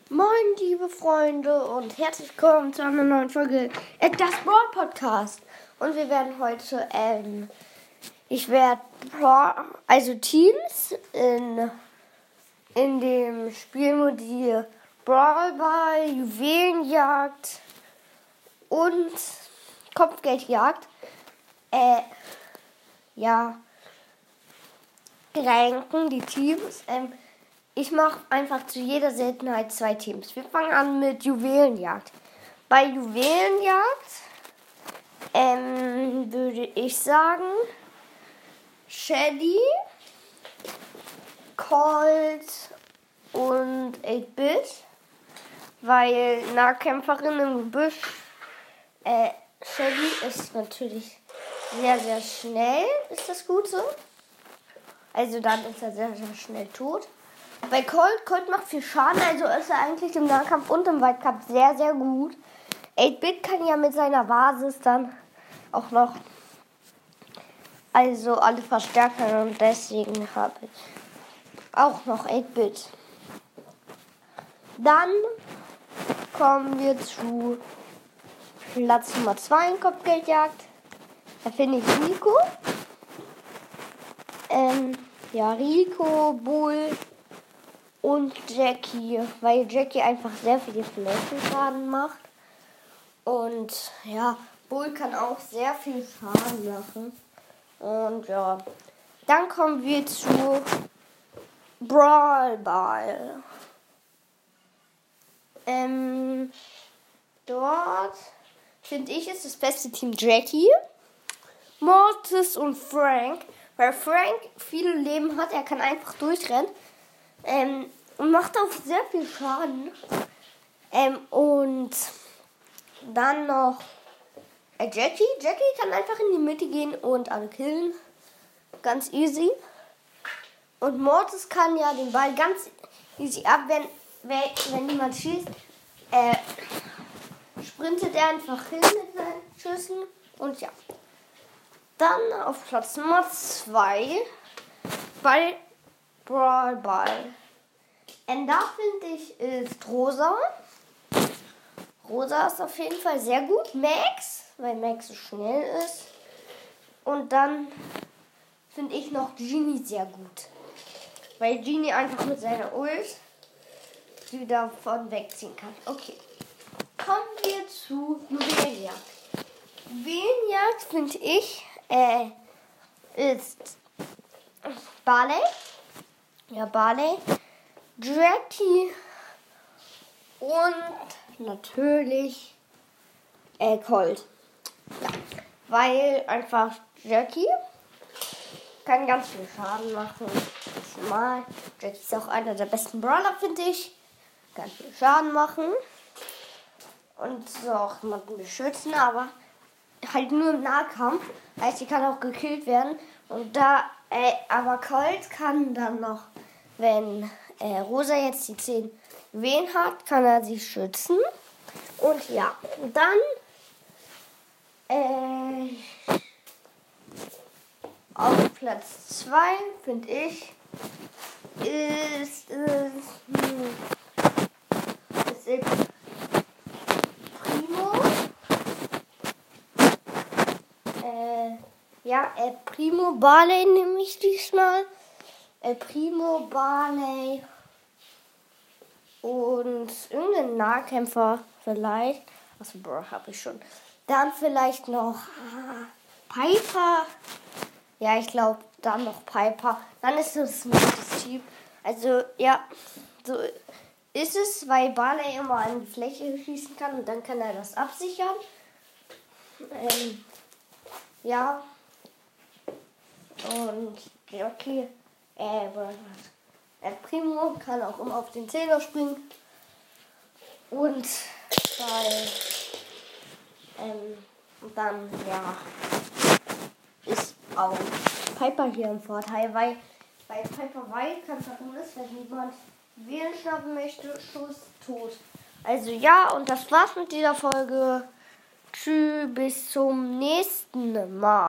Moin, liebe Freunde, und herzlich willkommen zu einer neuen Folge das Brawl Podcast. Und wir werden heute, ich werde Teams in dem Spielmodi Brawl Ball, Juwelenjagd und Kopfgeldjagd, ranken die Teams. Ich mache einfach zu jeder Seltenheit 2 Teams. Wir fangen an mit Juwelenjagd. Bei Juwelenjagd würde ich sagen Shelly, Colt und 8-Bit, weil Nahkämpferin im Gebüsch. Shelly ist natürlich sehr, sehr schnell. Ist das gut so? Also dann ist er sehr, sehr schnell tot. Bei Colt macht viel Schaden, also ist er eigentlich im Nahkampf und im Weitkampf sehr, sehr gut. 8-Bit kann ja mit seiner Basis dann auch noch alle verstärken und deswegen habe ich auch noch 8-Bit. Dann kommen wir zu Platz Nummer 2 in Kopfgeldjagd. Da finde ich Rico. Rico, Bull und Jackie, weil Jackie einfach sehr viel Flächenschaden macht. Und ja, Bull kann auch sehr viel Schaden machen. Und ja, dann kommen wir zu Brawl Ball. Dort finde ich ist das beste Team Jackie, Mortis und Frank. Weil Frank viele Leben hat, er kann einfach durchrennen. Und macht auch sehr viel Schaden. Und dann noch Jackie. Jackie kann einfach in die Mitte gehen und alle killen. Ganz easy. Und Mortis kann ja den Ball ganz easy abwehren. Wenn niemand schießt, sprintet er einfach hin mit seinen Schüssen. Und ja. Dann auf Platz Nummer 2 bei Brawl Ball. Da finde ich ist Rosa. Rosa ist auf jeden Fall sehr gut. Max, weil Max so schnell ist. Und dann finde ich noch Genie sehr gut. Weil Genie einfach mit seiner Ult die davon wegziehen kann. Okay. Kommen wir zu Juwelenjagd. Juwelenjagd finde ich ist Barley. Ja, Barley. Jackie und natürlich Colt. Ja, weil einfach Jackie kann ganz viel Schaden machen. Das ist normal. Jackie ist auch einer der besten Brawler, finde ich. Kann viel Schaden machen. Und so auch jemanden beschützen, aber halt nur im Nahkampf. Heißt, sie kann auch gekillt werden. Und aber Colt kann dann noch, wenn Rosa jetzt die 10 Juwelen hat, kann er sie schützen. Und ja, dann auf Platz 2 finde ich ist Primo. Primo Barley nehme ich diesmal. Primo Barley und irgendein Nahkämpfer vielleicht. Achso, habe ich schon. Dann vielleicht noch Piper. Ja, ich glaube, dann noch Piper. Dann ist es ein gutes Team. Also, ja, so ist es, weil Barley immer an die Fläche schießen kann und dann kann er das absichern. Ja. Und okay. Primo kann auch immer auf den Zähler springen. Und dann, ist auch Piper hier im Vorteil, weil bei Piper Weitkämpferin ist, wenn jemand wählen schnappen möchte, Schuss tot. Also ja, und das war's mit dieser Folge. Tschüss, bis zum nächsten Mal.